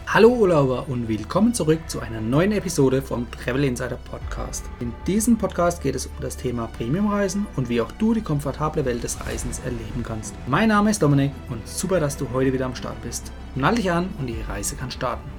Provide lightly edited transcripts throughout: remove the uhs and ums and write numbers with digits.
Hallo Urlauber und willkommen zurück zu einer neuen Episode vom Travel Insider Podcast. In diesem Podcast geht es um das Thema Premiumreisen und wie auch du die komfortable Welt des Reisens erleben kannst. Mein Name ist Dominik und super, dass du heute wieder am Start bist. Nall dich an und die Reise kann starten.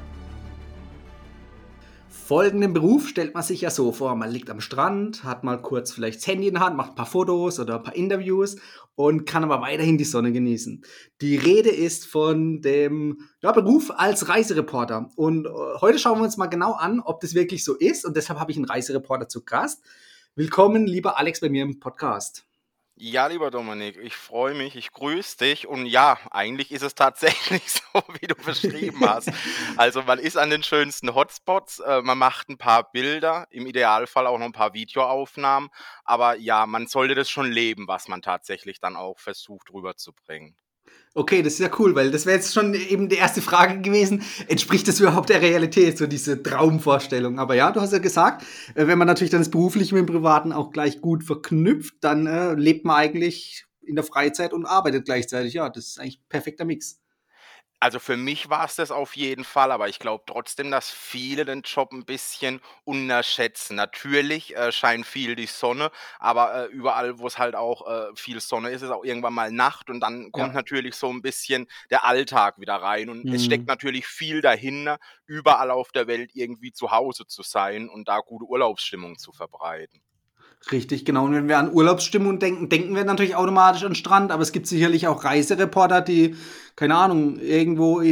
Folgenden Beruf stellt man sich ja so vor. Man liegt am Strand, hat mal kurz vielleicht das Handy in der Hand, macht ein paar Fotos oder ein paar Interviews und kann aber weiterhin die Sonne genießen. Die Rede ist von dem Beruf als Reisereporter. Und heute schauen wir uns mal genau an, ob das wirklich so ist. Und deshalb habe ich einen Reisereporter zu Gast. Willkommen, lieber Alex, bei mir im Podcast. Ja, lieber Dominik, ich freue mich, ich grüße dich und ja, eigentlich ist es tatsächlich so, wie du beschrieben hast. Also man ist an den schönsten Hotspots, man macht ein paar Bilder, im Idealfall auch noch ein paar Videoaufnahmen, aber ja, man sollte das schon leben, was man tatsächlich dann auch versucht rüberzubringen. Okay, das ist ja cool, weil das wäre jetzt schon eben die erste Frage gewesen. Entspricht das überhaupt der Realität, so diese Traumvorstellung? Aber ja, du hast ja gesagt, wenn man natürlich dann das Berufliche mit dem Privaten auch gleich gut verknüpft, dann lebt man eigentlich in der Freizeit und arbeitet gleichzeitig. Ja, das ist eigentlich ein perfekter Mix. Also für mich war es das auf jeden Fall, aber ich glaube trotzdem, dass viele den Job ein bisschen unterschätzen. Natürlich, scheint viel die Sonne, aber, überall, wo es halt auch, viel Sonne ist, ist auch irgendwann mal Nacht und dann kommt Ja. natürlich so ein bisschen der Alltag wieder rein und es steckt Mhm. natürlich viel dahinter, überall auf der Welt irgendwie zu Hause zu sein und da gute Urlaubsstimmung zu verbreiten. Richtig, genau. Und wenn wir an Urlaubsstimmung denken, denken wir natürlich automatisch an Strand, aber es gibt sicherlich auch Reisereporter, die, keine Ahnung, irgendwo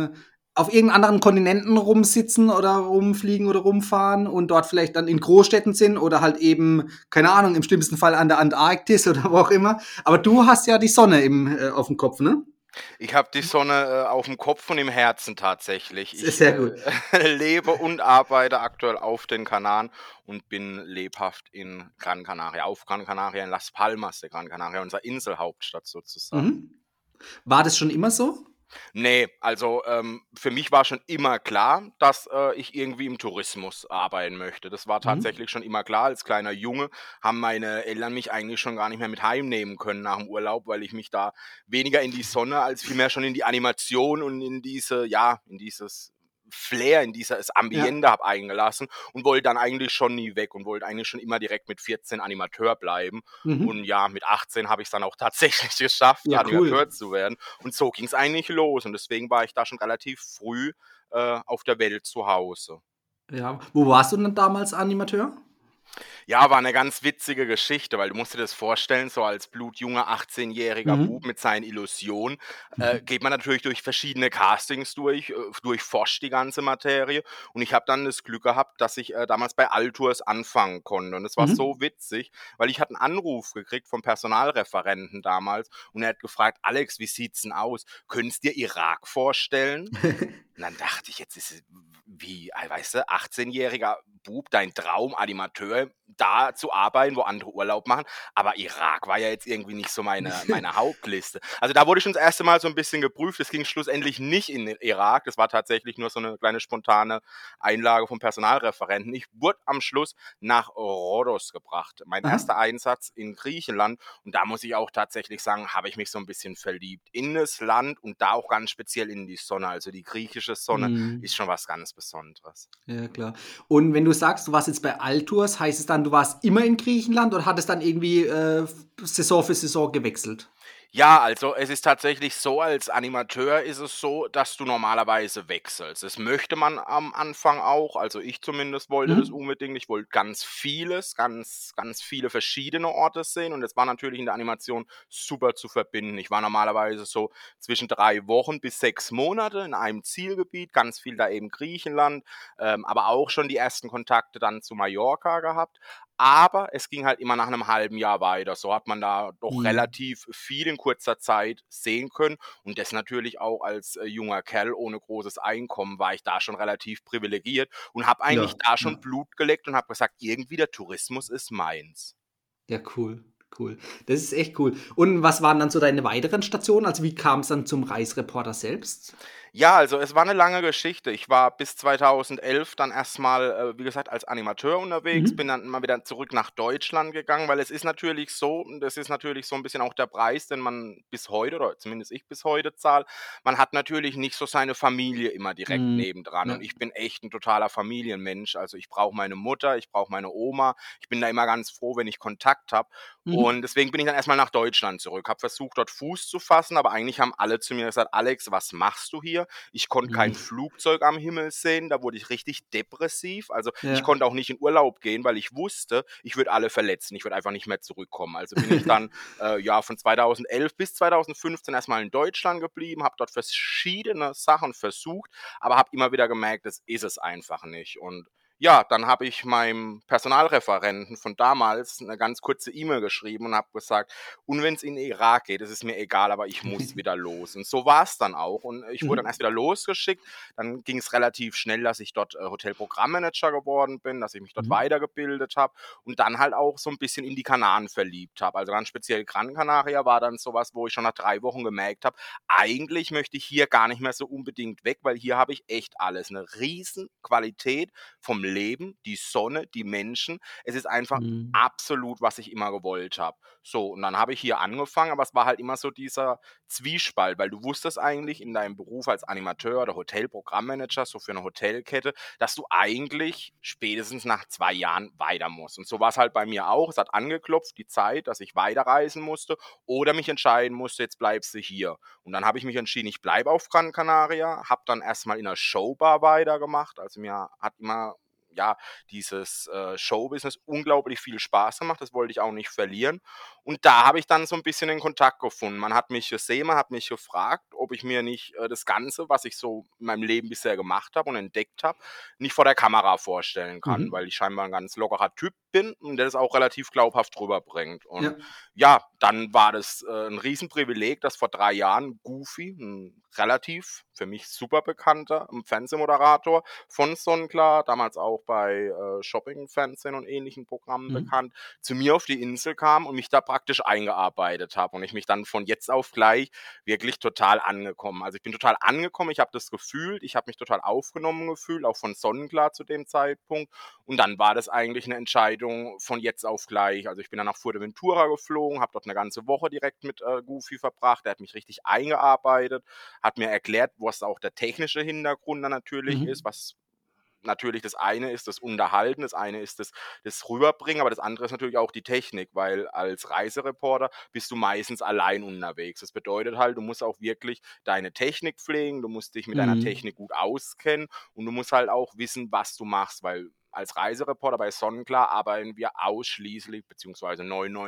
auf irgendeinem anderen Kontinenten rumsitzen oder rumfliegen oder rumfahren und dort vielleicht dann in Großstädten sind oder halt eben, keine Ahnung, im schlimmsten Fall an der Antarktis oder wo auch immer. Aber du hast ja die Sonne auf dem Kopf, ne? Ich habe die Sonne, auf dem Kopf und im Herzen tatsächlich. Das ist Ich, sehr gut. lebe und arbeite aktuell auf den Kanaren und bin lebhaft in Gran Canaria, auf Gran Canaria, in Las Palmas de Gran Canaria, unserer Inselhauptstadt sozusagen. Mhm. War das schon immer so? Ne, also, für mich war schon immer klar, dass, ich irgendwie im Tourismus arbeiten möchte. Das war Mhm. tatsächlich schon immer klar. Als kleiner Junge haben meine Eltern mich eigentlich schon gar nicht mehr mit heimnehmen können nach dem Urlaub, weil ich mich da weniger in die Sonne als vielmehr schon in die Animation und in diese ja, in dieses Flair, in dieses Ja. Ambiente habe eingelassen und wollte dann eigentlich schon nie weg und wollte eigentlich schon immer direkt mit 14 Animateur bleiben. Mhm. Und ja, mit 18 habe ich's dann auch tatsächlich geschafft, Ja, cool. Animateur zu werden. Und so ging es eigentlich los und deswegen war ich da schon relativ früh, auf der Welt zu Hause. Ja. Wo warst du denn damals Animateur? Ja, war eine ganz witzige Geschichte, weil du musst dir das vorstellen, so als blutjunger 18-jähriger Bub Mhm. mit seinen Illusionen, geht man natürlich durch verschiedene Castings durch, durchforscht die ganze Materie und ich habe dann das Glück gehabt, dass ich, damals bei Altours anfangen konnte und es war Mhm. so witzig, weil ich hatte 'n Anruf gekriegt vom Personalreferenten damals und er hat gefragt: „Alex, wie sieht's 'n aus? Könntest dir Irak vorstellen?“ Und dann dachte ich, jetzt ist es wie, weißt du, 18-jähriger Bub, dein Traum, Animateur, da zu arbeiten, wo andere Urlaub machen. Aber Irak war ja jetzt irgendwie nicht so meine Hauptliste. Also da wurde ich schon das erste Mal so ein bisschen geprüft. Es ging schlussendlich nicht in den Irak. Das war tatsächlich nur so eine kleine spontane Einlage vom Personalreferenten. Ich wurde am Schluss nach Rhodos gebracht. Mein Aha. erster Einsatz in Griechenland. Und da muss ich auch tatsächlich sagen, habe ich mich so ein bisschen verliebt in das Land und da auch ganz speziell in die Sonne. Also die griechische Sonne Mhm. ist schon was ganz Besonderes. Ja, klar. Und wenn du sagst, du warst jetzt bei Altours, heißt es dann, du warst immer in Griechenland oder hattest dann irgendwie Saison für Saison gewechselt? Ja, also es ist tatsächlich so, als Animateur ist es so, dass du normalerweise wechselst. Das möchte man am Anfang auch, also ich zumindest wollte das Mhm. unbedingt. Ich wollte ganz viele verschiedene Orte sehen und das war natürlich in der Animation super zu verbinden. Ich war normalerweise so zwischen 3 Wochen bis 6 Monate in einem Zielgebiet, ganz viel da eben Griechenland, aber auch schon die ersten Kontakte dann zu Mallorca gehabt. Aber es ging halt immer nach einem halben Jahr weiter. So hat man da doch Mhm. relativ viel in kurzer Zeit sehen können und das natürlich auch als, junger Kerl ohne großes Einkommen war ich da schon relativ privilegiert und habe eigentlich Ja, da schon ja. Blut geleckt und habe gesagt: „Irgendwie der Tourismus ist meins.“ Ja, cool, cool. Das ist echt cool. Und was waren dann so deine weiteren Stationen? Also, wie kam es dann zum Reisereporter selbst? Ja, also es war eine lange Geschichte. Ich war bis 2011 dann erstmal, wie gesagt, als Animateur unterwegs, bin Mhm. dann immer wieder zurück nach Deutschland gegangen, weil es ist natürlich so, und das ist natürlich so ein bisschen auch der Preis, den man bis heute oder zumindest ich bis heute zahle. Man hat natürlich nicht so seine Familie immer direkt Mhm. nebendran und Ja. ich bin echt ein totaler Familienmensch. Also, ich brauche meine Mutter, ich brauche meine Oma. Ich bin da immer ganz froh, wenn ich Kontakt habe und Mhm. deswegen bin ich dann erstmal nach Deutschland zurück, habe versucht, dort Fuß zu fassen, aber eigentlich haben alle zu mir gesagt: „Alex, was machst du hier?“ Ich konnte kein Mhm. Flugzeug am Himmel sehen, da wurde ich richtig depressiv. Also, ich Ja. konnte auch nicht in Urlaub gehen, weil ich wusste, ich würde alle verletzen. Ich würde einfach nicht mehr zurückkommen. Also, bin ich dann, ja, von 2011 bis 2015 erst mal in Deutschland geblieben, habe dort verschiedene Sachen versucht, aber habe immer wieder gemerkt, das ist es einfach nicht. Und ja, dann habe ich meinem Personalreferenten von damals eine ganz kurze E-Mail geschrieben und habe gesagt: „Und wenn es in den Irak geht, das ist mir egal, aber ich muss wieder los.“ Und so war es dann auch und ich wurde dann Mhm. erst wieder losgeschickt. Dann ging es relativ schnell, dass ich dort, Hotelprogrammmanager geworden bin, dass ich mich dort Mhm. weitergebildet habe und dann halt auch so ein bisschen in die Kanaren verliebt habe. Also, ganz speziell Gran Canaria war dann so was, wo ich schon nach 3 Wochen gemerkt habe: „Eigentlich möchte ich hier gar nicht mehr so unbedingt weg, weil hier habe ich echt alles. Eine riesen Qualität vom Leben, die Sonne, die Menschen. Es ist einfach Mhm. absolut, was ich immer gewollt habe.“ So, und dann habe ich hier angefangen, aber es war halt immer so dieser Zwiespalt, weil du wusstest eigentlich in deinem Beruf als Animateur oder Hotelprogrammmanager, so für eine Hotelkette, dass du eigentlich spätestens nach 2 Jahren weiter musst. Und so war es halt bei mir auch. Es hat angeklopft, die Zeit, dass ich weiterreisen musste oder mich entscheiden musste, jetzt bleibst du hier. Und dann habe ich mich entschieden, ich bleibe auf Gran Canaria, habe dann erstmal in 'ner Showbar weitergemacht. Also, mir hat immer, ja, dieses, Showbusiness unglaublich viel Spaß gemacht. Das wollte ich auch nicht verlieren. Und da habe ich dann so ein bisschen den Kontakt gefunden. Man hat mich gesehen, man hat mich gefragt, ob ich mir nicht, das Ganze, was ich so in meinem Leben bisher gemacht habe und entdeckt habe, nicht vor der Kamera vorstellen kann, Mhm. weil ich scheinbar ein ganz lockerer Typ bin und der das auch relativ glaubhaft rüberbringt. Und Ja. ja, dann war das, 'n Riesenprivileg, dass vor 3 Jahren Goofy, ein relativ für mich super bekannter, Fernsehmoderator von Sonnenklar, damals auch bei, Shopping-Fernsehen und ähnlichen Programmen Mhm. bekannt, zu mir auf die Insel kam und mich da praktisch eingearbeitet habe und ich mich dann von jetzt auf gleich wirklich total angekommen. Also, ich bin total angekommen, ich habe das gefühlt, ich habe mich total aufgenommen gefühlt, auch von Sonnenklar zu dem Zeitpunkt. Und dann war das eigentlich eine Entscheidung von jetzt auf gleich. Also, ich bin dann nach Fuerteventura geflogen, habe dort eine ganze Woche direkt mit, Goofy verbracht. Er hat mich richtig eingearbeitet, hat mir erklärt, was auch der technische Hintergrund dann natürlich ist, Mhm. was natürlich das eine ist das Unterhalten, das eine ist das Rüberbringen, aber das andere ist natürlich auch die Technik, weil als Reisereporter bist du meistens allein unterwegs. Das bedeutet halt, du musst auch wirklich deine Technik pflegen, du musst dich mit deiner Mhm. Technik gut auskennen und du musst halt auch wissen, was du machst, weil als Reisereporter bei Sonnenklar arbeiten wir ausschließlich beziehungsweise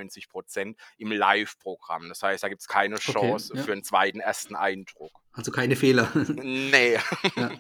99% im Live-Programm. Das heißt, da gibt es keine Okay, Chance ja. für einen zweiten ersten Eindruck. Also keine Fehler. Ne. Ja.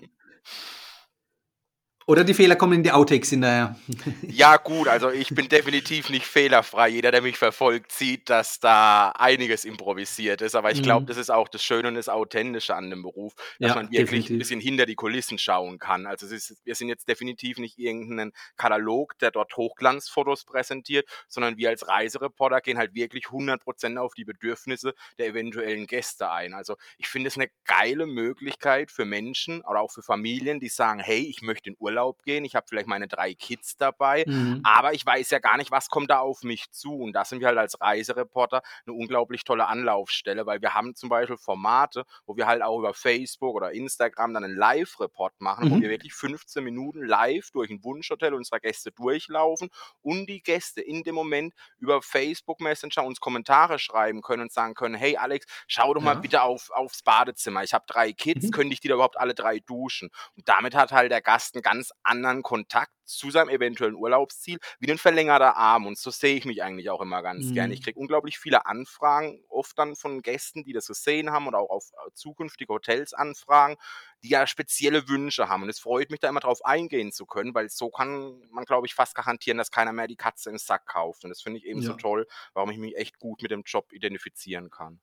Oder die Fehler kommen in die Outtakes hinterher. Ja gut, also ich bin definitiv nicht fehlerfrei. Jeder, der mich verfolgt, sieht, dass da einiges improvisiert ist. Aber ich glaube, das Mhm. ist auch das Schöne und das Authentische an dem Beruf, dass Ja, man wirklich ein definitiv. bisschen hinter die Kulissen schauen kann. Also wir sind jetzt definitiv nicht irgendein Katalog, der dort Hochglanzfotos präsentiert, sondern wir als Reisereporter gehen halt wirklich 100% auf die Bedürfnisse der eventuellen Gäste ein. Also ich finde es eine geile Möglichkeit für Menschen oder auch für Familien, die sagen, hey, ich möchte in Urlaub gehen, ich habe vielleicht meine 3 Kids dabei, Mhm. aber ich weiß ja gar nicht, was kommt da auf mich zu. Und da sind wir halt als Reisereporter eine unglaublich tolle Anlaufstelle, weil wir haben zum Beispiel Formate, wo wir halt auch über Facebook oder Instagram dann einen Live-Report machen, wo wir Mhm. wirklich 15 Minuten live durch ein Wunschhotel unserer Gäste durchlaufen und die Gäste in dem Moment über Facebook Messenger uns Kommentare schreiben können und sagen können: „Hey Alex, schau doch mal Ja. bitte aufs Badezimmer. Ich habe 3 Kids, Mhm. könnte ich die da überhaupt alle 3 duschen?“ Und damit hat halt der Gast einen ganz anderen Kontakt zu seinem eventuellen Urlaubsziel, wie 'nen verlängerter Arm. Und so sehe ich mich eigentlich auch immer ganz gern. Ich Mhm. kriege unglaublich viele Anfragen, oft dann von Gästen, die das gesehen haben oder auch auf, zukünftige Hotels anfragen, die ja spezielle Wünsche haben. Und es freut mich, da immer drauf eingehen zu können, weil so kann man, glaube ich, fast garantieren, dass keiner mehr die Katze im Sack kauft. Und das finde ich eben so Ja. toll, warum ich mich echt gut mit dem Job identifizieren kann.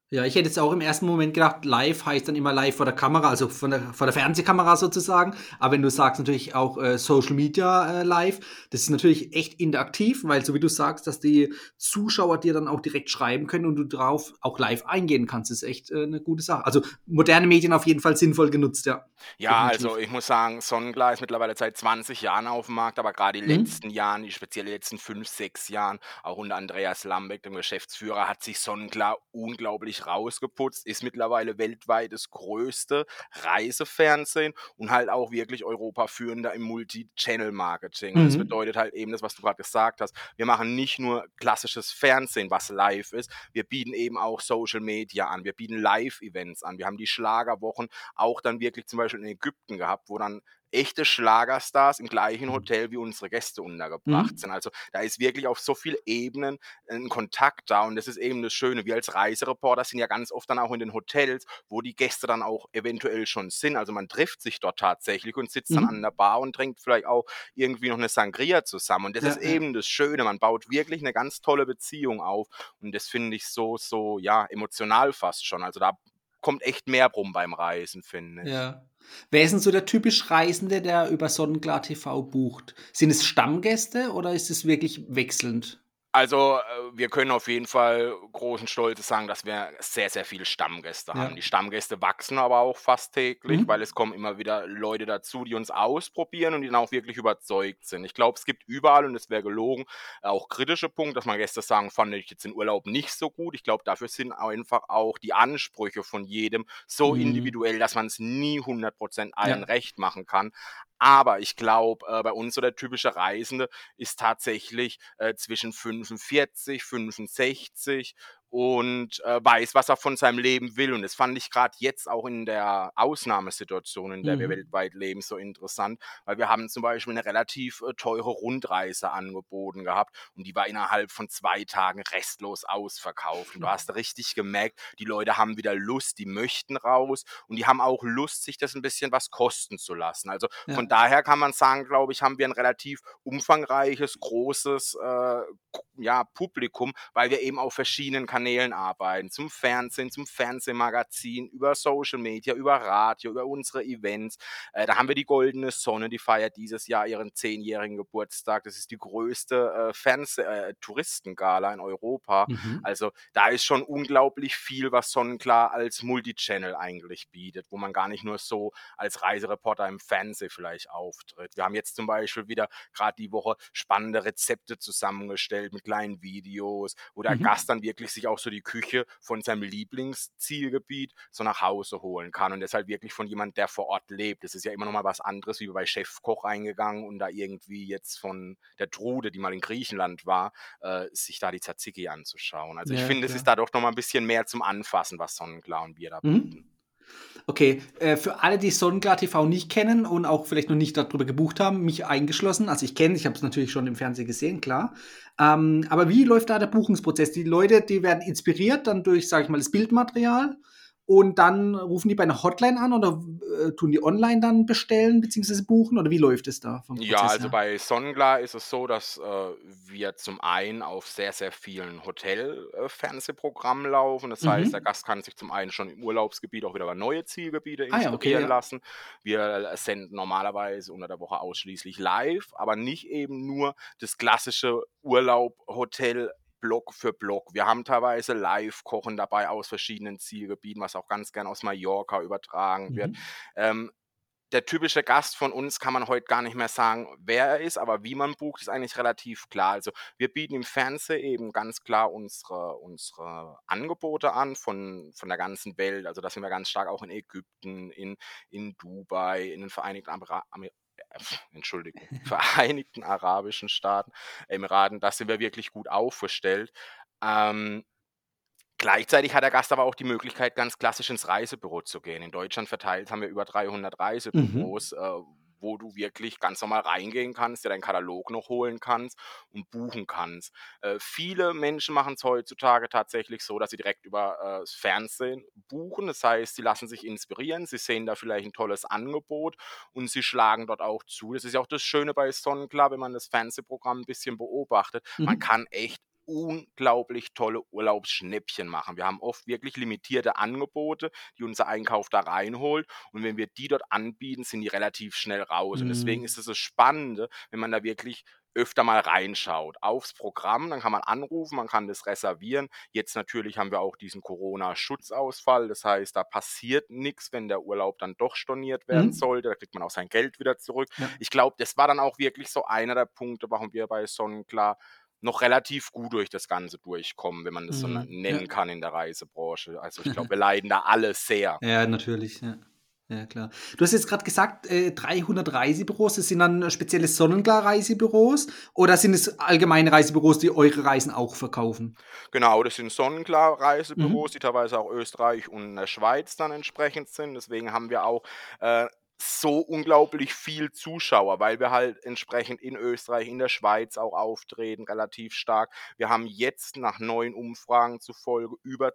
Ja, ich hätte jetzt auch im ersten Moment gedacht, live heißt dann immer live vor der Kamera, also vor der Fernsehkamera sozusagen. Aber wenn du sagst natürlich auch Social Media live, das ist natürlich echt interaktiv, weil so wie du sagst, dass die Zuschauer dir dann auch direkt schreiben können und du drauf auch live eingehen kannst, ist echt eine gute Sache. Also moderne Medien auf jeden Fall sinnvoll genutzt, ja, Ja, also definitiv. ich muss sagen, Sonnenklar ist mittlerweile seit 20 Jahren auf dem Markt, aber gerade die Mhm. letzten Jahren, die speziell die letzten 5, 6 Jahren, auch unter Andreas Lambeck, dem Geschäftsführer, hat sich Sonnenklar unglaublich rausgeputzt, ist mittlerweile weltweit das größte Reisefernsehen und halt auch wirklich Europaführender im Multi-Channel-Marketing. Und das Mhm. bedeutet halt eben das, was du gerade gesagt hast. Wir machen nicht nur klassisches Fernsehen, was live ist, wir bieten eben auch Social Media an, wir bieten Live-Events an, wir haben die Schlagerwochen auch dann wirklich zum Beispiel in Ägypten gehabt, wo dann echte Schlagerstars im gleichen Hotel wie unsere Gäste untergebracht Mhm. sind. Also da ist wirklich auf so vielen Ebenen ein Kontakt da und das ist eben das Schöne. Wir als Reisereporter sind ja ganz oft dann auch in den Hotels, wo die Gäste dann auch eventuell schon sind. Also man trifft sich dort tatsächlich und sitzt dann an Mhm. der Bar und trinkt vielleicht auch irgendwie noch eine Sangria zusammen. Und das ist Ja, ja. eben das Schöne. Man baut wirklich eine ganz tolle Beziehung auf und das finde ich so, ja, emotional fast schon. Also da kommt echt mehr rum beim Reisen, finde ich. Ja. Wer ist denn so der typisch Reisende, der über Sonnenklar TV bucht? Sind es Stammgäste oder ist es wirklich wechselnd? Also, wir können auf jeden Fall großen Stolzes sagen, dass wir sehr, sehr viele Stammgäste haben. Ja. Die Stammgäste wachsen aber auch fast täglich, weil Mhm. es kommen immer wieder Leute dazu, die uns ausprobieren und die dann auch wirklich überzeugt sind. Ich glaube, es gibt überall, und es wäre gelogen, auch kritische Punkte, dass man Gäste sagen, fand ich jetzt den Urlaub nicht so gut. Ich glaube, dafür sind einfach auch die Ansprüche von jedem so Mhm. individuell, dass man es nie 100% allen Ja. recht machen kann. Aber ich glaube, bei uns so der typische Reisende ist tatsächlich zwischen 45, 65 und weiß, was er von seinem Leben will. Und das fand ich gerade jetzt auch in der Ausnahmesituation, in der wir Mhm. weltweit leben, so interessant, weil wir haben zum Beispiel eine relativ teure Rundreise angeboten gehabt und die war innerhalb von 2 Tagen restlos ausverkauft. Und du hast richtig gemerkt, die Leute haben wieder Lust, die möchten raus und die haben auch Lust, sich das ein bisschen was kosten zu lassen. Also von Ja. daher kann man sagen, glaube ich, haben wir ein relativ umfangreiches, großes ja, Publikum, weil wir eben auf verschiedenen Kanälen arbeiten. Zum Fernsehen, zum Fernsehmagazin, über Social Media, über Radio, über unsere Events. Da haben wir die Goldene Sonne, die feiert dieses Jahr ihren 10-jährigen Geburtstag. Das ist die größte Touristengala in Europa. Mhm. Also da ist schon unglaublich viel, was Sonnenklar als Multichannel eigentlich bietet, wo man gar nicht nur so als Reisereporter im Fernsehen vielleicht auftritt. Wir haben jetzt zum Beispiel wieder gerade die Woche spannende Rezepte zusammengestellt mit kleinen Videos, wo der Mhm. Gast dann wirklich sich auch so die Küche von seinem Lieblingszielgebiet so nach Hause holen kann und deshalb wirklich von jemand, der vor Ort lebt. Das ist ja immer noch mal was anderes, wie bei Chefkoch eingegangen und da irgendwie jetzt von der Trude, die mal in Griechenland war, sich da die Tzatziki anzuschauen. Also ich Ja, finde, es ist klar. da doch noch mal ein bisschen mehr zum Anfassen, was Sonnenklar und wir da bieten. Mhm. Okay, für alle, die Sonnenklar TV nicht kennen und auch vielleicht noch nicht darüber gebucht haben, mich eingeschlossen. Also ich habe es natürlich schon im Fernsehen gesehen, klar. Aber wie läuft da der Buchungsprozess? Die Leute, die werden inspiriert dann durch, sage ich mal, das Bildmaterial und dann rufen die bei einer Hotline an oder tun die online dann bestellen bzw. buchen oder wie läuft es da vom Ja, Prozess also her? bei Sonnenklar ist es so, dass wir zum einen auf sehr, sehr vielen Hotel-Fernsehprogrammen laufen. Das heißt, der Mhm. Gast kann sich zum einen schon im Urlaubsgebiet auch wieder über neue Zielgebiete Ah ja, okay, inspirieren ja. lassen. Wir senden normalerweise unter der Woche ausschließlich live, aber nicht eben nur das klassische Urlaub, Hotel, Block für Block. Wir haben teilweise Live-Kochen dabei aus verschiedenen Zielgebieten, was auch ganz gern aus Mallorca übertragen wird. Mhm. Ähm, Der typische Gast von uns kann man heute gar nicht mehr sagen, wer er ist, aber wie man bucht, ist eigentlich relativ klar. Also wir bieten im Fernsehen eben ganz klar unsere Angebote an von der ganzen Welt. Also da sind wir ganz stark auch in Ägypten, in Dubai, in den Entschuldigung, Vereinigten Arabischen Staaten, Emiraten. Da sind wir wirklich gut aufgestellt. Ähm, Gleichzeitig hat der Gast aber auch die Möglichkeit, ganz klassisch ins Reisebüro zu gehen. In Deutschland verteilt haben wir über 300 Mhm. Reisebüros, wo du wirklich ganz normal reingehen kannst, dir deinen Katalog noch holen kannst und buchen kannst. Viele Menschen machen es heutzutage tatsächlich so, dass sie direkt über das Fernsehen buchen. Das heißt, sie lassen sich inspirieren, sie sehen da vielleicht ein tolles Angebot und sie schlagen dort auch zu. Das ist ja auch das Schöne bei Sonnenklar, wenn man das Fernsehprogramm ein bisschen beobachtet. Man Mhm. kann echt unglaublich tolle Urlaubsschnäppchen machen. Wir haben oft wirklich limitierte Angebote, die unser Einkauf da reinholt. Und wenn wir die dort anbieten, sind die relativ schnell raus. Und deswegen Mhm. ist es das Spannende, wenn man da wirklich öfter mal reinschaut aufs Programm, dann kann man anrufen, man kann das reservieren. Jetzt natürlich haben wir auch diesen Corona-Schutzausfall, das heißt, da passiert nichts, wenn der Urlaub dann doch storniert werden Mhm. sollte, da kriegt man auch sein Geld wieder zurück. Ja. Ich glaube, das war dann auch wirklich so einer der Punkte, warum wir bei Sonnenklar noch relativ gut durch das Ganze durchkommen, wenn man das so Mhm. Ja. nennen kann in der Reisebranche. Also ich glaube, wir leiden da alle sehr. Ja, natürlich, ja. Ja, klar. Du hast jetzt gerade gesagt, 300 Reisebüros, das sind dann spezielle Sonnenklar-Reisebüros oder sind es allgemeine Reisebüros, die eure Reisen auch verkaufen? Genau, das sind Sonnenklar-Reisebüros, Mhm. die teilweise auch Österreich und in der Schweiz dann entsprechend sind. Deswegen haben wir auch so unglaublich viel Zuschauer, weil wir halt entsprechend in Österreich, in der Schweiz auch auftreten, relativ stark. Wir haben jetzt nach neuen Umfragen zufolge über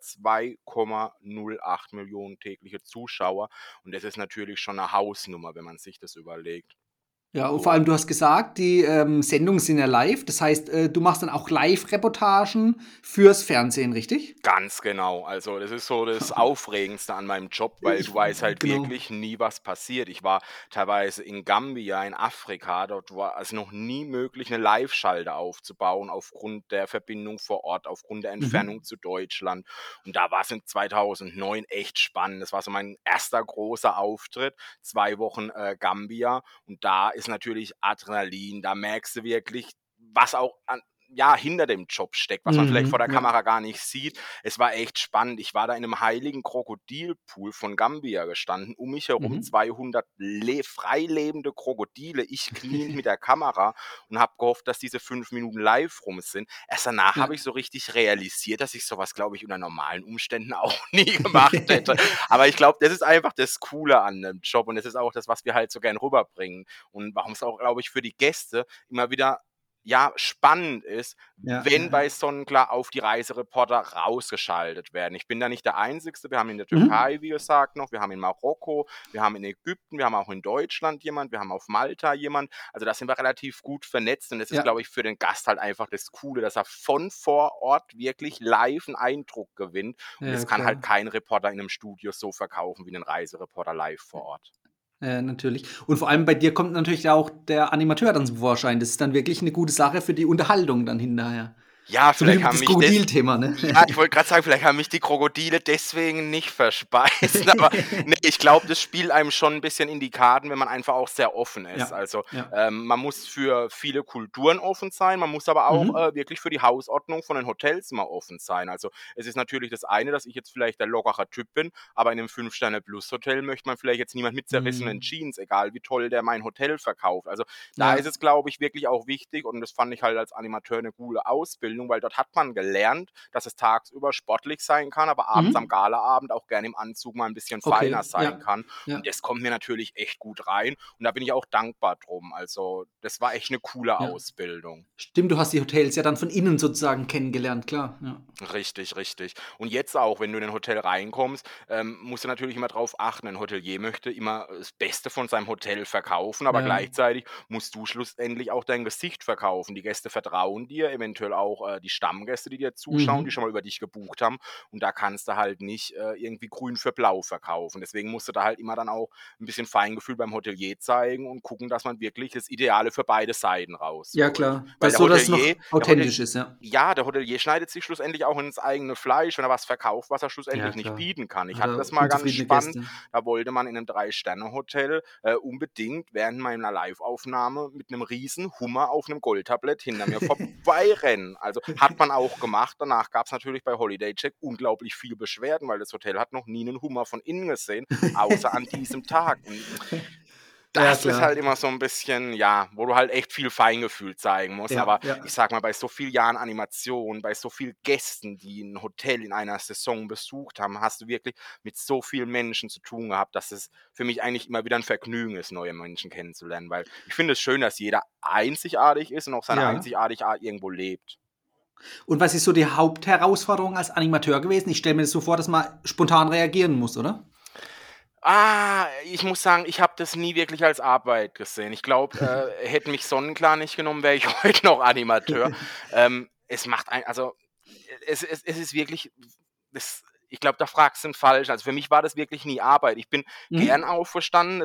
2,08 Millionen tägliche Zuschauer. Und das ist natürlich schon eine Hausnummer, wenn man sich das überlegt. Ja, und vor allem, Und du hast gesagt, die Sendungen sind ja live. Das heißt, du machst dann auch Live-Reportagen fürs Fernsehen, richtig? ganz genau. Also, das ist so das Aufregendste an meinem Job, weil du weißt halt Genau. wirklich nie, was passiert. Ich war teilweise in Gambia, in Afrika, dort war es noch nie möglich, eine Live-Schalte aufzubauen aufgrund der Verbindung vor Ort, aufgrund der Entfernung Mhm. zu Deutschland. Und da war es in 2009 echt spannend. Das war so mein erster großer Auftritt, 2 Wochen, Gambia. Und da ist natürlich Adrenalin, da merkst du wirklich, was auch an ja, hinter dem Job steckt, was man vielleicht vor Mhm. der Ja. Kamera gar nicht sieht. Es war echt spannend. Ich war da in einem heiligen Krokodilpool von Gambia gestanden, um mich herum Mhm. 200 frei lebende Krokodile, ich kniend mit der Kamera und habe gehofft, dass diese 5 Minuten live rum sind. Erst danach habe Ja. ich so richtig realisiert, dass ich sowas, glaube ich, unter normalen Umständen auch nie gemacht hätte. Aber ich glaube, das ist einfach das Coole an dem Job und das ist auch das, was wir halt so gern rüberbringen und warum es auch, glaube ich, für die Gäste immer wieder ja, spannend ist, Ja, ja, wenn bei ja. Sonnenklar auf die Reisereporter rausgeschaltet werden. Ich bin da nicht der Einzige. Wir haben in der Mhm. Türkei, wie gesagt, noch, wir haben in Marokko, wir haben in Ägypten, wir haben auch in Deutschland jemand, wir haben auf Malta jemand. Also da sind wir relativ gut vernetzt und das ist, Ja. glaube ich, für den Gast halt einfach das Coole, dass er von vor Ort wirklich live einen Eindruck gewinnt und Ja, das kann halt klar. kein Reporter in einem Studio so verkaufen wie ein Reisereporter live vor Ort. Natürlich. Und vor allem bei dir kommt natürlich auch der Animateur dann zum Vorschein. Das ist dann wirklich eine gute Sache für die Unterhaltung dann hinterher. Ja, So wie vielleicht haben das mich das Krokodilthema, ne? ja, ich wollte gerade sagen, vielleicht haben mich die Krokodile deswegen nicht verspeist, aber ne, ich glaube, das spielt einem schon ein bisschen in die Karten, wenn man einfach auch sehr offen ist. Ja, Also, ja. man muss für viele Kulturen offen sein, man muss aber auch, Mhm. wirklich für die Hausordnung von den Hotels immer offen sein. Also, es ist natürlich das eine, dass ich jetzt vielleicht der lockere Typ bin, aber in 'nem Fünf-Sterne-Plus-Hotel möchte man vielleicht jetzt niemand mit zerrissenen Mhm. Jeans, egal wie toll der mein Hotel verkauft. Also, da ist Ja. es, glaube ich, wirklich auch wichtig und das fand ich halt als Animateur eine coole Ausbildung, weil dort hat man gelernt, dass es tagsüber sportlich sein kann, aber abends am Mhm. Galaabend auch gerne im Anzug mal ein bisschen feiner Okay, sein ja. kann. Und Ja, das kommt mir natürlich echt gut rein und da bin ich auch dankbar drum. Also, das war echt eine coole ja. Ausbildung. Stimmt, du hast die Hotels ja dann von innen sozusagen kennengelernt, klar, ja. Richtig, richtig. Und jetzt auch, wenn du in ein Hotel reinkommst, musst du natürlich immer drauf achten. Ein Hotelier möchte immer das Beste von seinem Hotel verkaufen, aber Ja. gleichzeitig musst du schlussendlich auch dein Gesicht verkaufen. Die Gäste vertrauen dir, eventuell auch die Stammgäste, die dir zuschauen, die Mhm. schon mal über dich gebucht haben. Und da kannst du halt nicht irgendwie grün für blau verkaufen. Deswegen musst du da halt immer dann auch ein bisschen Feingefühl beim Hotelier zeigen und gucken, dass man wirklich das Ideale für beide Seiten Ja, rausholt. klar. Weil Das der so, dass es Hotelier, noch der Hotel authentisch ist, ja. ja, der Hotelier schneidet sich schlussendlich auch ins eigene Fleisch, wenn er was verkauft, was er Ja, schlussendlich nicht klar. bieten kann. Ich Hat hatte das er mal ganz unzufriedene spannend, Gäste. da wollte man in einem Drei-Sterne-Hotel, unbedingt während meiner Liveaufnahme mit einem riesen Hummer auf einem Goldtablett hinter mir vorbeirennen. Also, hat man auch gemacht. Danach gab es natürlich bei Holiday Check unglaublich viele Beschwerden, weil das Hotel hat noch nie einen Hummer von innen gesehen, außer an diesem Tag. Und Ja, das ist klar. halt immer so 'n bisschen, ja, wo du halt echt viel Feingefühl zeigen musst. Ja, Aber ich ja. sage mal, bei so viel Jahren Animation, bei so viel Gästen, die 'n Hotel in einer Saison besucht haben, hast du wirklich mit so vielen Menschen zu tun gehabt, dass es für mich eigentlich immer wieder 'n Vergnügen ist, neue Menschen kennenzulernen, weil ich finde es schön, dass jeder einzigartig ist und auch seine Ja. Einzigartigkeit irgendwo lebt. Und was ist so die Hauptherausforderung als Animateur gewesen? Ich stelle mir das so vor, dass man spontan reagieren muss, oder? Ich muss sagen, ich habe das nie wirklich als Arbeit gesehen. Ich glaube, hätte mich Sonnenklar nicht genommen, wäre ich heute noch Animateur. es macht ein also, es ist wirklich das ich glaube, da fragst du 'n falsch. Also, für mich war das wirklich nie Arbeit. Ich bin gern Mhm. aufgestanden.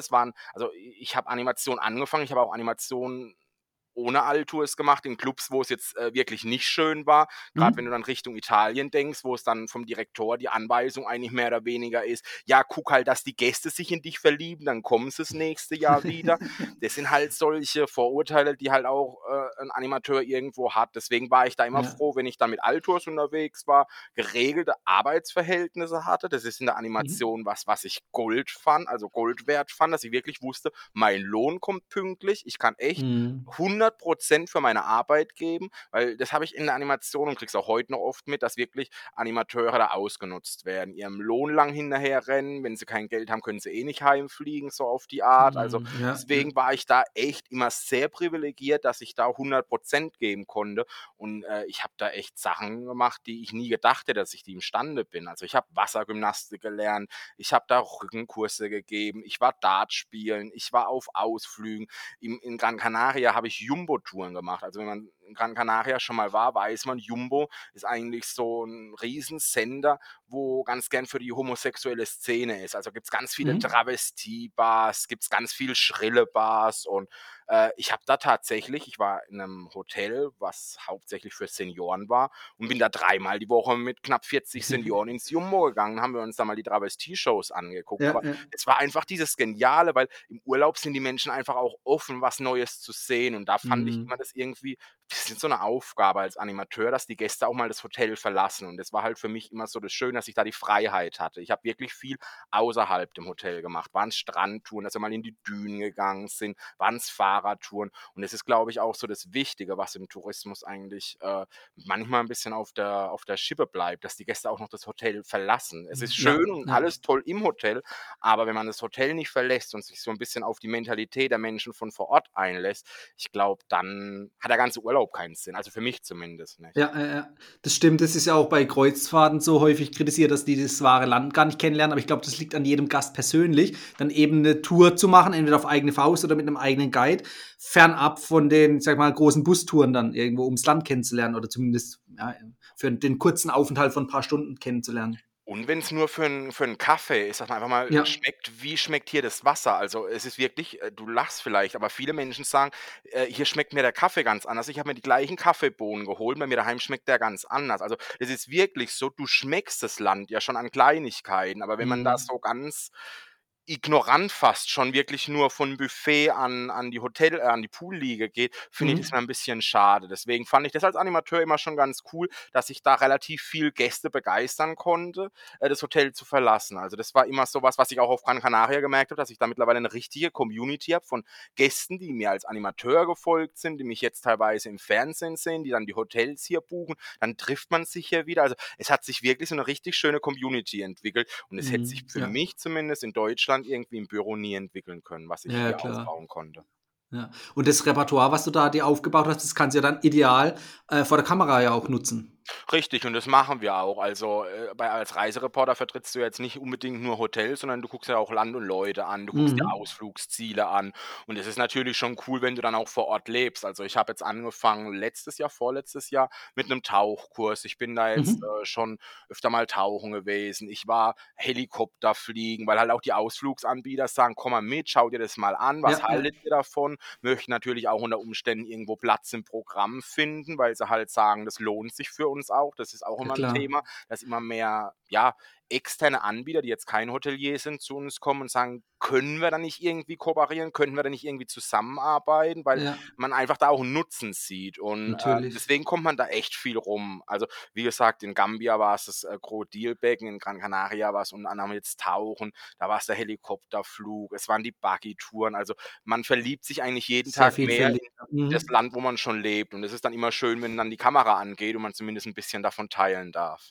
Ich habe Animation angefangen. Ich habe auch Animation ohne Alltours gemacht in Clubs, wo es jetzt, wirklich nicht schön war. Grad wenn du Mhm. dann Richtung Italien denkst, wo es dann vom Direktor die Anweisung eigentlich mehr oder weniger ist: „Ja, guck halt, dass die Gäste sich in dich verlieben, dann kommen sie das nächste Jahr wieder.“ Das sind halt solche Vorurteile, die halt auch, 'n Animateur irgendwo hat. Deswegen war ich da immer Ja. froh, wenn ich da mit Alltours unterwegs war, geregelte Arbeitsverhältnisse hatte. Das ist in der Mhm. Animation was ich Gold fand, also Gold wert fand, dass ich wirklich wusste, mein Lohn kommt pünktlich. Ich kann echt Mhm. 100% für meine Arbeit geben, weil das habe ich in der Animation und kriege es auch heute noch oft mit, dass wirklich Animateure da ausgenutzt werden, ihrem Lohn lang hinterherrennen. Wenn sie kein Geld haben, können sie eh nicht heimfliegen, so auf die Art. Also, Mhm. Ja, ja. deswegen war ich da echt immer sehr privilegiert, dass ich da 100% geben konnte und, ich habe da echt Sachen gemacht, die ich nie gedacht hätte, dass ich die imstande bin. Also, ich habe Wassergymnastik gelernt, ich habe da Rückenkurse gegeben, ich war Dart spielen, ich war auf Ausflügen. In Gran Canaria habe ich Jumbo-Touren gemacht. Also, wenn man in Gran Canaria schon mal war, weiß man, Jumbo ist eigentlich so 'n Riesensender, wo ganz gern für die homosexuelle Szene ist. Also, gibt's ganz viele Mhm. Travestie-Bars, gibt's ganz viel schrile Bars und, ich habe da tatsächlich ich war in 'nem Hotel, was hauptsächlich für Senioren war und bin da dreimal die Woche mit knapp 40 Senioren ins Jumbo gegangen, haben wir uns da mal die Travestie-Shows angeguckt. Ja, Aber ja. es war einfach dieses Geniale, weil im Urlaub sind die Menschen einfach auch offen, was Neues zu sehen. Und da fand ich immer Mhm. das irgendwie bisschen so eine Aufgabe als Animateur, dass die Gäste auch mal das Hotel verlassen. Und das war halt für mich immer so das Schöne, dass ich da die Freiheit hatte. Ich habe wirklich viel außerhalb dem Hotel gemacht. Waren's Strandtouren, dass wir mal in die Dünen gegangen sind, waren's Fahrradtouren. Und das ist, glaube ich, auch so das Wichtige, was im Tourismus eigentlich, manchmal ein bisschen auf der Schippe bleibt, dass die Gäste auch noch das Hotel verlassen. Es ist Ja, schön und ja. alles toll im Hotel, aber wenn man das Hotel nicht verlässt und sich so 'n bisschen auf die Mentalität der Menschen von vor Ort einlässt, ich glaube, dann hat der ganze Urlaub keinen Sinn. Also, für mich zumindest nicht. Ja, ja, ja. Das stimmt, das ist ja auch bei Kreuzfahrten so häufig kritisiert, dass die das wahre Land gar nicht kennenlernen, aber ich glaube, das liegt an jedem Gast persönlich, dann eben 'ne Tour zu machen, entweder auf eigene Faust oder mit 'nem eigenen Guide, fernab von den, sage ich mal, großen Bustouren dann irgendwo ums Land kennenzulernen oder zumindest, ja, für den kurzen Aufenthalt von 'n paar Stunden kennenzulernen. Und wenn's nur für 'n Kaffee ist, dass man einfach mal Ja. schmeckt, wie schmeckt hier das Wasser? Also, es ist wirklich du lachst vielleicht, aber viele Menschen sagen: „Hier schmeckt mir der Kaffee ganz anders. Ich habe mir die gleichen Kaffeebohnen geholt, bei mir daheim schmeckt der ganz anders.“ Also, es ist wirklich so, du schmeckst das Land ja schon an Kleinigkeiten, aber wenn man da Mhm. so ganz ignorant fast schon wirklich nur von Buffet an die Poolliege geht, finde ich das immer Mhm. 'n bisschen schade. Deswegen fand ich das als Animateur immer schon ganz cool, dass ich da relativ viel Gäste begeistern konnte, das Hotel zu verlassen. Also, das war immer so was ich auch auf Gran Canaria gemerkt habe, dass ich da mittlerweile 'ne richtige Community habe von Gästen, die mir als Animateur gefolgt sind, die mich jetzt teilweise im Fernsehen sehen, die dann die Hotels hier buchen. Dann trifft man sich hier wieder. Also, es hat sich wirklich so 'ne richtig schöne Community entwickelt und es hätte sich Mhm. für Ja. mich zumindest in Deutschland irgendwie im Büro nie entwickeln können, was ich Ja, ja, hier klar. aufbauen konnte. Ja. Und das Repertoire, was du da dir aufgebaut hast, das kannst du ja dann ideal, vor der Kamera ja auch nutzen. Richtig, und das machen wir auch. Also, als Reisereporter vertrittst du jetzt nicht unbedingt nur Hotels, sondern du guckst ja auch Land und Leute an, du guckst dir Mhm. Ausflugsziele an und es ist natürlich schon cool, wenn du dann auch vor Ort lebst. Also, ich habe jetzt angefangen letztes Jahr, vorletztes Jahr mit 'nem Tauchkurs. Ich bin da jetzt, Mhm. schon öfter mal tauchen gewesen. Ich war Helikopterfliegen, weil halt auch die Ausflugsanbieter sagen: „Komm mal mit, schau dir das mal an. Was Ja, ja. haltet ihr davon?“ Möchten natürlich auch unter Umständen irgendwo Platz im Programm finden, weil sie halt sagen, das lohnt sich für uns auch. Das ist auch Ja immer 'n klar. Thema, dass immer mehr, ja, externe Anbieter, die jetzt kein Hotelier sind, zu uns kommen und sagen: „Können wir da nicht irgendwie kooperieren? Könnten wir da nicht irgendwie zusammenarbeiten?“ Weil Ja, man einfach da auch 'n Nutzen sieht und, natürlich. deswegen kommt man da echt viel rum. Also, wie gesagt, in Gambia war's das, Krokodilbecken, in Gran Canaria war's unter anderem jetzt Tauchen, da war's der Helikopterflug, es waren die Buggy-Touren. Also, man verliebt sich eigentlich jeden Sehr Tag mehr vielfältig. in das Mhm. Land, wo man schon lebt. Und es ist dann immer schön, wenn dann die Kamera angeht und man zumindest 'n bisschen davon teilen darf.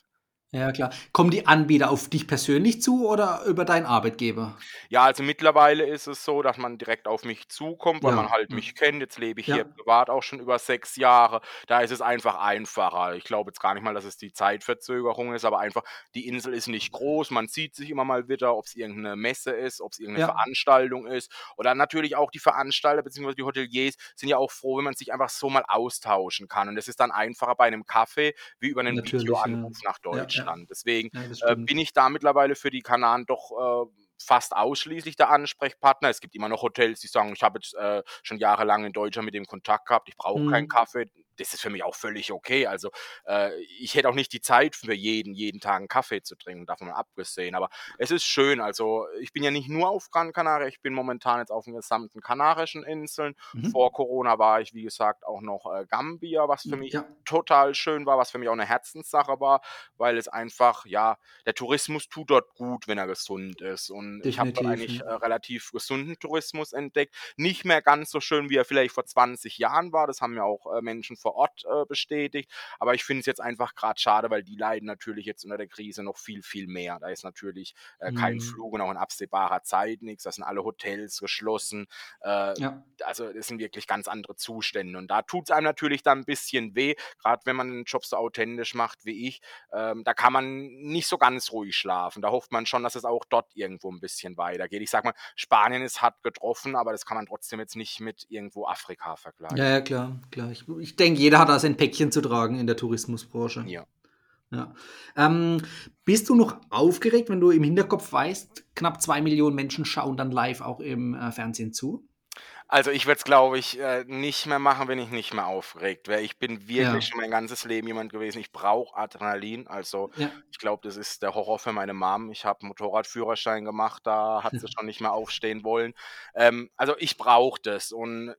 Ja, klar. Kommen die Anbieter auf dich persönlich zu oder über deinen Arbeitgeber? Ja, also mittlerweile ist es so, dass man direkt auf mich zukommt, weil man Ja, halt ja. mich kennt. Jetzt lebe ich hier Ja, privat auch schon über 6 Jahre. Da ist es einfach einfacher. Ich glaube jetzt gar nicht mal, dass es die Zeitverzögerung ist, aber einfach die Insel ist nicht groß. Man sieht sich immer mal wieder, ob es irgendeine Messe ist, ob es irgendeine ja, Veranstaltung ist oder natürlich auch die Veranstalter beziehungsweise die Hoteliers sind ja auch froh, wenn man sich einfach so mal austauschen kann. Und das ist dann einfacher bei einem Kaffee wie über einen natürlich, ja. Videoanruf nach Ja, ja. Deutschland. Deswegen Ja, das bin stimmt. ich da mittlerweile für die Kanaren doch fast ausschließlich der Ansprechpartner. Es gibt immer noch Hotels, die sagen: „Ich habe jetzt, schon jahrelang in Deutschland mit dem Kontakt gehabt, ich brauche keinen Mhm. Kaffee.“ Das ist für mich auch völlig okay. Also, ich hätte auch nicht die Zeit für jeden Tag 'n Kaffee zu trinken, davon mal abgesehen. Aber es ist schön. Also, ich bin ja nicht nur auf Gran Canaria, ich bin momentan jetzt auf den gesamten Kanarischen Inseln. Vor Mhm. Corona war ich, wie gesagt, auch noch, Gambia, was für mich Ja, total schön war, was für mich auch 'ne Herzenssache war, weil es einfach, ja, der Tourismus tut dort gut, wenn er gesund ist. Und ich habe dort definitiv, eigentlich, ja. relativ gesunden Tourismus entdeckt. Nicht mehr ganz so schön, wie er vielleicht vor 20 Jahren war. Das haben mir auch, Menschen vor Ort, bestätigt. Aber ich finde es jetzt einfach gerade schade, weil die leiden natürlich jetzt unter der Krise noch viel, viel mehr. Da ist natürlich, kein Mhm. Flug und auch in absehbarer Zeit nichts. Da sind alle Hotels geschlossen. Äh, Ja. also, das sind wirklich ganz andere Zustände. Und da tut es einem natürlich dann ein bisschen weh, gerade wenn man den Job so authentisch macht wie ich. Da kann man nicht so ganz ruhig schlafen. Da hofft man schon, dass es auch dort irgendwo ein bisschen weitergeht. Ich sage mal, Spanien ist hart getroffen, aber das kann man trotzdem jetzt nicht mit irgendwo Afrika Ja, vergleichen. ja, klar, klar. Ich denke, jeder hat da sein Päckchen zu tragen in der Tourismusbranche. Ja. Ja. Ähm, bist du noch aufgeregt, wenn du im Hinterkopf weißt, knapp 2 Millionen Menschen schauen dann live auch im, Fernsehen zu? Also, ich würde es, glaube ich, nicht mehr machen, wenn ich nicht mehr aufgeregt wäre. Ich bin wirklich Ja, schon mein ganzes Leben jemand gewesen, ich brauche Adrenalin. Also, ja. ich glaube, das ist der Horror für meine Mom. Ich habe 'n Motorradführerschein gemacht, da hat sie schon nicht mehr aufstehen wollen. Also, ich brauche das und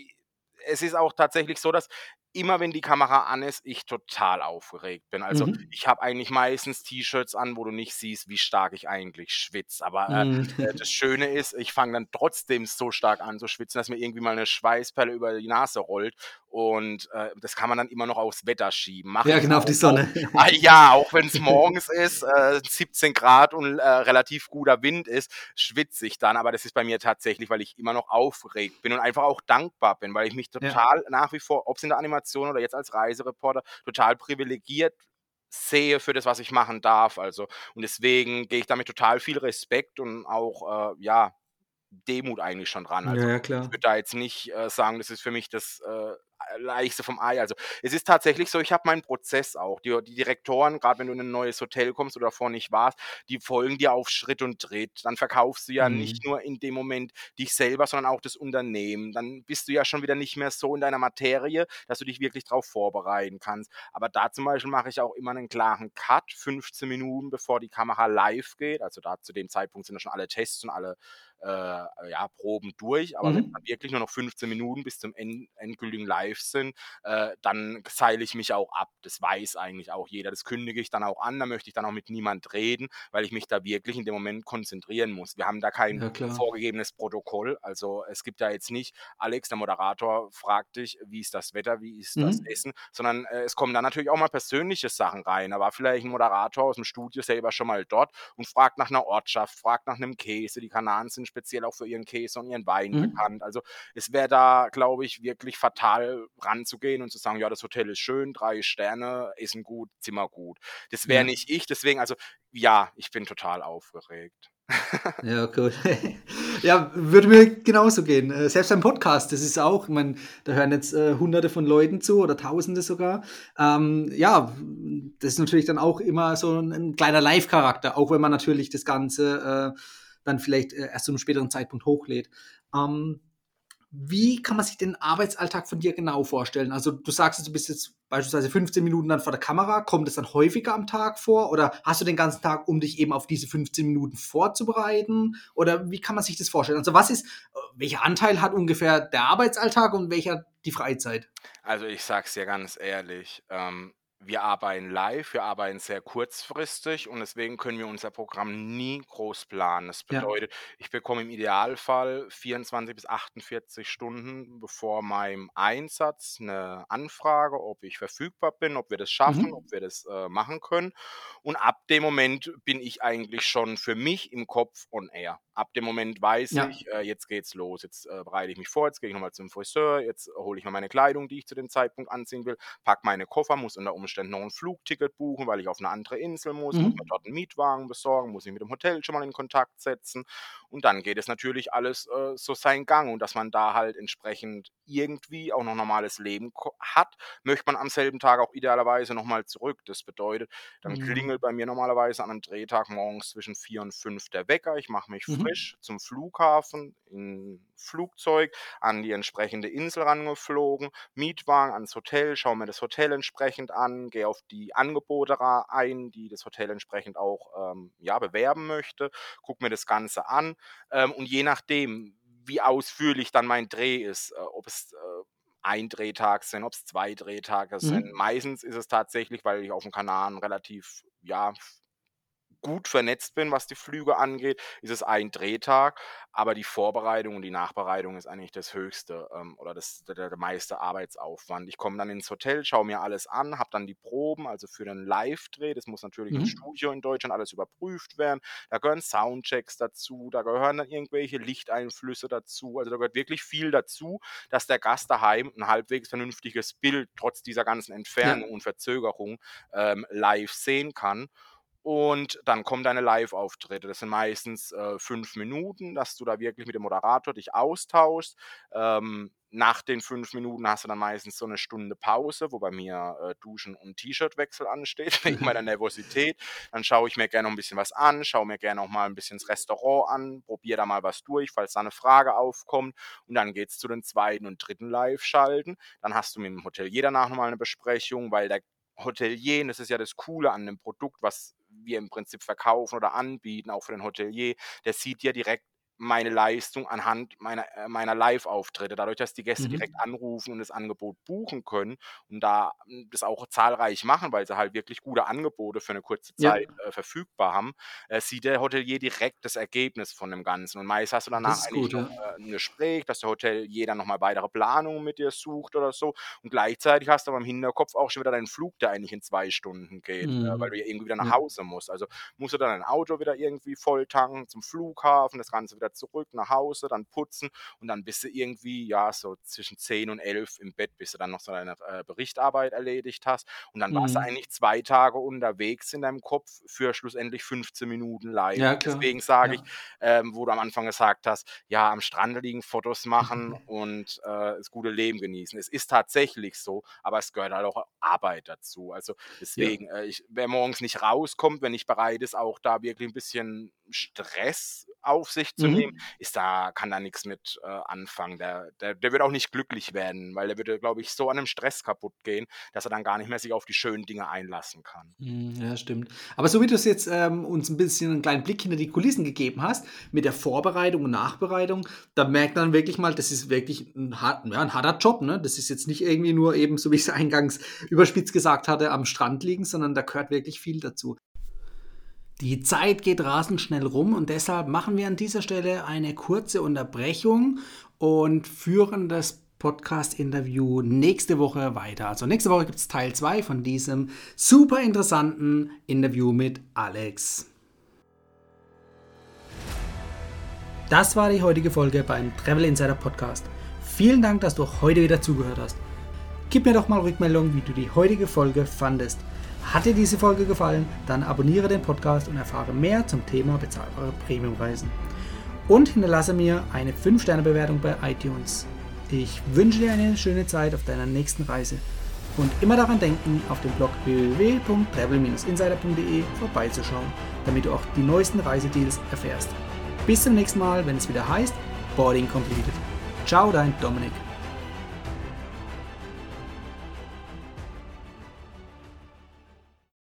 es ist auch tatsächlich so, dass immer wenn die Kamera an ist, ich total aufgeregt bin. Also, Mhm. ich habe eigentlich meistens T-Shirts an, wo du nicht siehst, wie stark ich eigentlich schwitze. Aber, Mhm. das Schöne ist, ich fange dann trotzdem so stark an zu schwitzen, dass mir irgendwie mal 'ne Schweißperle über die Nase rollt und, das kann man dann immer noch aufs Wetter schieben. Mache Ja, ich genau, auf die auch. Sonne. Ja, auch wenn's morgens ist, 17 Grad und, relativ guter Wind ist, schwitze ich dann. Aber das ist bei mir tatsächlich, weil ich immer noch aufgeregt bin und einfach auch dankbar bin, weil ich mich Ja, total nach wie vor, ob's in der Animation oder jetzt als Reisereporter, total privilegiert sehe für das, was ich machen darf. Also und deswegen gehe ich da mit total viel Respekt und auch, ja, Demut eigentlich schon dran. ja, Also, ja, ich klar. würde da jetzt nicht, sagen, das ist für mich das, Leichte vom Ei. Also, es ist tatsächlich so, ich habe meinen Prozess auch. Die Direktoren, grad wenn du in 'nen neues Hotel kommst oder davor nicht warst, die folgen dir auf Schritt und Tritt. Dann verkaufst du ja nicht Mhm. nur in dem Moment dich selber, sondern auch das Unternehmen. Dann bist du ja schon wieder nicht mehr so in deiner Materie, dass du dich wirklich drauf vorbereiten kannst. Aber da zum Beispiel mache ich auch immer 'nen klaren Cut, 15 Minuten bevor die Kamera live geht. Also, da zu dem Zeitpunkt sind ja schon alle Tests und alle ja, Proben durch, aber wenn es dann Mhm. wirklich nur noch 15 Minuten bis zum endgültigen Live sind, dann seile ich mich auch ab. Das weiß eigentlich auch jeder. Das kündige ich dann auch an, da möchte ich dann auch mit niemand reden, weil ich mich da wirklich in dem Moment konzentrieren muss. Wir haben da kein Ja, klar. vorgegebenes Protokoll. Also, es gibt da jetzt nicht: „Alex, der Moderator fragt dich, wie ist das Wetter, wie ist das Mhm. Essen?“, sondern, es kommen dann natürlich auch mal persönliche Sachen rein. Da war vielleicht ein Moderator aus dem Studio selber schon mal dort und fragt nach einer Ortschaft, fragt nach einem Käse. Die Kanaren sind speziell auch für ihren Käse und ihren Wein Mhm. bekannt. Also, es wäre da, glaube ich, wirklich fatal ranzugehen und zu sagen: „Ja, das Hotel ist schön, 3 Sterne, Essen gut, Zimmer gut.“ Das wäre Ja. nicht ich, deswegen also, ja, ich bin total aufgeregt. Ja, cool. Ja, würde mir genauso gehen. Selbst beim Podcast, das ist auch, ich meine, da hören jetzt, Hunderte von Leuten zu oder Tausende sogar. Ja, das ist natürlich dann auch immer so ein 'n kleiner Live-Charakter, auch wenn man natürlich das Ganze, dann vielleicht, erst zu einem späteren Zeitpunkt hochlädt. Ähm, Wie kann man sich den Arbeitsalltag von dir genau vorstellen? Also, du sagst jetzt, du bist jetzt beispielsweise 15 Minuten dann vor der Kamera. Kommt es dann häufiger am Tag vor oder hast du den ganzen Tag, um dich eben auf diese 15 Minuten vorzubereiten? Oder wie kann man sich das vorstellen? Also, welcher Anteil hat ungefähr der Arbeitsalltag und welcher die Freizeit? Also, ich sage es dir ganz ehrlich, wir arbeiten live, wir arbeiten sehr kurzfristig und deswegen können wir unser Programm nie groß planen. Das Ja. bedeutet, ich bekomme im Idealfall 24 bis 48 Stunden bevor meinem Einsatz eine Anfrage, ob ich verfügbar bin, ob wir das schaffen, ob Mhm. wir das machen können. Und ab dem Moment bin ich eigentlich schon für mich im Kopf on air. Ab dem Moment weiß Ja. ich, jetzt geht's los. Jetzt bereite ich mich vor, jetzt gehe ich nochmal zum Friseur, jetzt hole ich mir meine Kleidung, die ich zu dem Zeitpunkt anziehen will, pack meine Koffer, muss unter Umständen noch ein Flugticket buchen, weil ich auf eine andere Insel muss mir Mhm. dort einen Mietwagen besorgen, muss mich mit dem Hotel schon mal in Kontakt setzen und dann geht es natürlich alles so seinen Gang und dass man da halt entsprechend irgendwie auch noch normales Leben hat, möchte man am selben Tag auch idealerweise nochmal zurück. Das bedeutet, dann Mhm. klingelt bei mir normalerweise an einem Drehtag morgens zwischen 4 und 5 der Wecker. Ich mache mich Mhm. frisch zum Flughafen, in Flugzeug, an die entsprechende Insel rangeflogen, Mietwagen ans Hotel, schaue mir das Hotel entsprechend an, gehe auf die Angebote ein, die das Hotel entsprechend auch ja, bewerben möchte, gucke mir das Ganze an und je nachdem, wie ausführlich dann mein Dreh ist, ob es ein Drehtag sind, ob es 2 Drehtage sind. Mhm. Meistens ist es tatsächlich, weil ich auf dem Kanal relativ, ja, gut vernetzt bin, was die Flüge angeht, ist es ein Drehtag, aber die Vorbereitung und die Nachbereitung ist eigentlich das Höchste, oder der meiste Arbeitsaufwand. Ich komme dann ins Hotel, schaue mir alles an, habe dann die Proben, also für den Live-Dreh, das muss natürlich im Mhm. Studio in Deutschland alles überprüft werden. Da gehören Soundchecks dazu, da gehören dann irgendwelche Lichteinflüsse dazu. Also, da gehört wirklich viel dazu, dass der Gast daheim ein halbwegs vernünftiges Bild trotz dieser ganzen Ja. Entfernung und Verzögerung, live sehen kann. Und dann kommen deine Live-Auftritte. Das sind meistens 5 Minuten, dass du da wirklich mit dem Moderator dich austauschst. Nach den 5 Minuten hast du dann meistens so eine Stunde Pause, wo bei mir Duschen und T-Shirt-Wechsel ansteht, wegen meiner Nervosität. Dann schaue ich mir gerne noch ein bisschen was an, schaue mir gerne noch mal ein bisschen das Restaurant an, probiere da mal was durch, falls da eine Frage aufkommt. Und dann geht's zu den zweiten und dritten Live-Schalten. Dann hast du mit dem Hotelier danach noch mal 'ne Besprechung, weil der Hotelier, und das ist ja das Coole an dem Produkt, was wir im Prinzip verkaufen oder anbieten, auch für den Hotelier, der sieht ja direkt meine Leistung anhand meiner Live-Auftritte. Dadurch, dass die Gäste direkt Mhm. anrufen und das Angebot buchen können und da das auch zahlreich machen, weil sie halt wirklich gute Angebote für eine kurze Ja. Zeit verfügbar haben, sieht der Hotelier direkt das Ergebnis von dem Ganzen. Und meist hast du Das danach ist eigentlich gut, noch ja. 'n Gespräch, dass der Hotelier dann noch mal weitere Planungen mit dir sucht oder so. Und gleichzeitig hast du aber im Hinterkopf auch schon wieder deinen Flug, der eigentlich in 2 Stunden geht, weil du Mhm. ja irgendwie wieder nach Ja. Hause musst. Also, musst du dann dein Auto wieder irgendwie voll tanken, zum Flughafen, das Ganze wieder zurück nach Hause, dann putzen und dann bist du irgendwie, ja, so zwischen 10 und 11 im Bett, bis du dann noch so deine Berichtarbeit erledigt hast. Und dann warst du Mhm. eigentlich 2 Tage unterwegs in deinem Kopf für schlussendlich 15 Minuten live. Ja, klar. Deswegen sage ich, Ja. wo du am Anfang gesagt hast, ja, am Strand liegen, Fotos machen und das gute Leben genießen. Es ist tatsächlich so, aber es gehört halt auch Arbeit dazu. Also Ja. deswegen, wer morgens nicht rauskommt, wenn nicht bereit ist, auch da wirklich ein bisschen Stress auf sich zu nehmen, Mhm. kann da nichts mit anfangen. Der wird auch nicht glücklich werden, weil der würde, glaube ich, so an dem Stress kaputt gehen, dass er dann gar nicht mehr sich auf die schönen Dinge einlassen kann. Ja, stimmt. Aber so wie du es jetzt, uns ein bisschen einen kleinen Blick hinter die Kulissen gegeben hast, mit der Vorbereitung und Nachbereitung, da merkt man wirklich mal, das ist wirklich ein harter Job, ne? Das ist jetzt nicht irgendwie nur eben, so wie ich's eingangs überspitzt gesagt hatte, am Strand liegen, sondern da gehört wirklich viel dazu. Die Zeit geht rasend schnell rum und deshalb machen wir an dieser Stelle eine kurze Unterbrechung und führen das Podcast-Interview nächste Woche weiter. Also nächste Woche gibt es Teil 2 von diesem super interessanten Interview mit Alex. Das war die heutige Folge beim Travel Insider Podcast. Vielen Dank, dass du heute wieder zugehört hast. Gib mir doch mal Rückmeldung, wie du die heutige Folge fandest. Hat dir diese Folge gefallen, dann abonniere den Podcast und erfahre mehr zum Thema bezahlbare Premiumreisen. Und hinterlasse mir eine 5-Sterne-Bewertung bei iTunes. Ich wünsche dir eine schöne Zeit auf deiner nächsten Reise. Und immer daran denken, auf dem Blog www.travel-insider.de vorbeizuschauen, damit du auch die neuesten Reisedeals erfährst. Bis zum nächsten Mal, wenn es wieder heißt Boarding Completed. Ciao, dein Dominik.